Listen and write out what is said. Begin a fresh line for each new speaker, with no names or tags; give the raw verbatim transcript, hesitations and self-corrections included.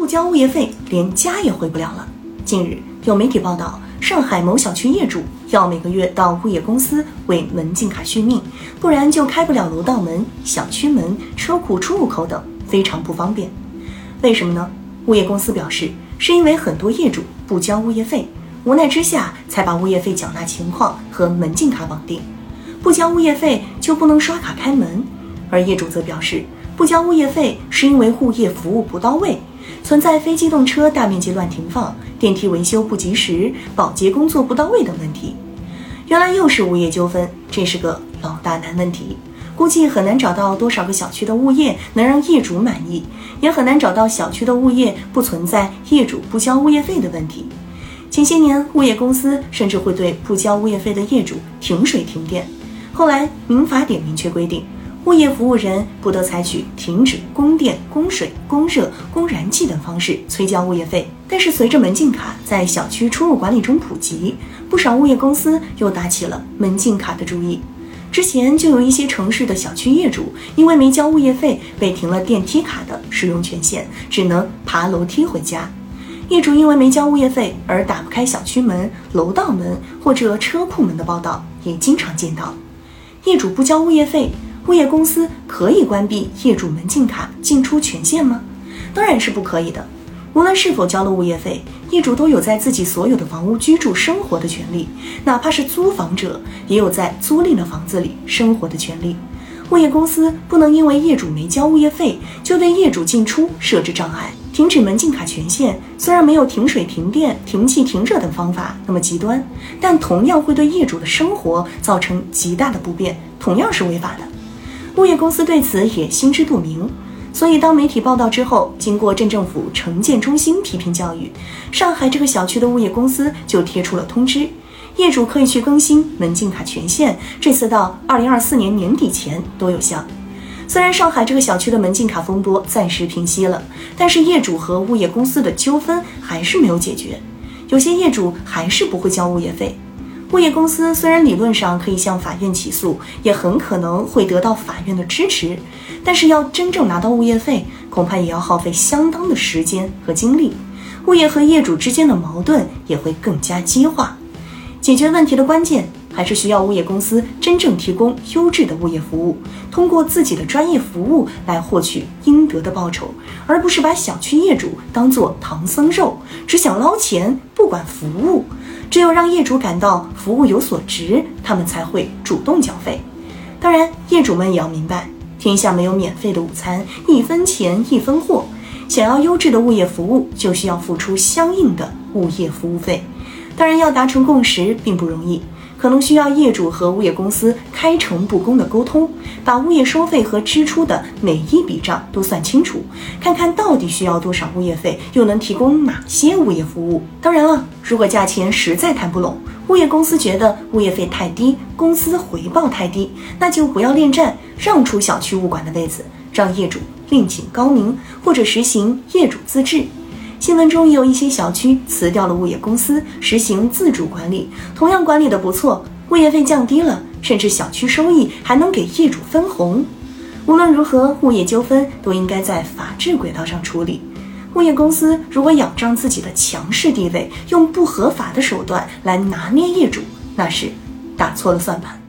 不交物业费，连家也回不了了。近日有媒体报道，上海某小区业主要每个月到物业公司为门禁卡续命，不然就开不了楼道门、小区门、车库出入口等，非常不方便。为什么呢？物业公司表示，是因为很多业主不交物业费，无奈之下才把物业费缴纳情况和门禁卡绑定。不交物业费就不能刷卡开门，而业主则表示，不交物业费是因为物业服务不到位，存在非机动车大面积乱停放、电梯维修不及时、保洁工作不到位等问题。原来又是物业纠纷，这是个老大难问题，估计很难找到多少个小区的物业能让业主满意，也很难找到小区的物业不存在业主不交物业费的问题。前些年物业公司甚至会对不交物业费的业主停水停电，后来民法典明确规定，物业服务人不得采取停止供电、供水、供热、供燃气等方式催交物业费。但是随着门禁卡在小区出入管理中普及，不少物业公司又打起了门禁卡的主意。之前就有一些城市的小区业主因为没交物业费被停了电梯卡的使用权限，只能爬楼梯回家。业主因为没交物业费而打不开小区门、楼道门或者车库门的报道也经常见到。业主不交物业费，物业公司可以关闭业主门禁卡进出权限吗？当然是不可以的。无论是否交了物业费，业主都有在自己所有的房屋居住生活的权利，哪怕是租房者也有在租赁的房子里生活的权利。物业公司不能因为业主没交物业费就对业主进出设置障碍。停止门禁卡权限虽然没有停水停电、停气停热等方法那么极端，但同样会对业主的生活造成极大的不便，同样是违法的。物业公司对此也心知肚明，所以当媒体报道之后，经过镇政府城建中心批评教育，上海这个小区的物业公司就贴出了通知，业主可以去更新门禁卡权限，这次到二零二四年年底前都有效。虽然上海这个小区的门禁卡风波暂时平息了，但是业主和物业公司的纠纷还是没有解决，有些业主还是不会交物业费。物业公司虽然理论上可以向法院起诉，也很可能会得到法院的支持，但是要真正拿到物业费，恐怕也要耗费相当的时间和精力，物业和业主之间的矛盾也会更加激化。解决问题的关键还是需要物业公司真正提供优质的物业服务，通过自己的专业服务来获取应得的报酬，而不是把小区业主当作唐僧肉，只想捞钱不管服务。只有让业主感到服务有所值，他们才会主动缴费。当然，业主们也要明白，天下没有免费的午餐，一分钱一分货。想要优质的物业服务，就需要付出相应的物业服务费。当然，要达成共识并不容易，可能需要业主和物业公司开诚布公的沟通，把物业收费和支出的每一笔账都算清楚，看看到底需要多少物业费，又能提供哪些物业服务。当然了，如果价钱实在谈不拢，物业公司觉得物业费太低，公司回报太低，那就不要恋战，让出小区物管的位子，让业主另请高明，或者实行业主自治。新闻中也有一些小区辞掉了物业公司，实行自主管理，同样管理得不错，物业费降低了，甚至小区收益还能给业主分红。无论如何，物业纠纷都应该在法治轨道上处理。物业公司如果仰仗自己的强势地位，用不合法的手段来拿捏业主，那是打错了算盘。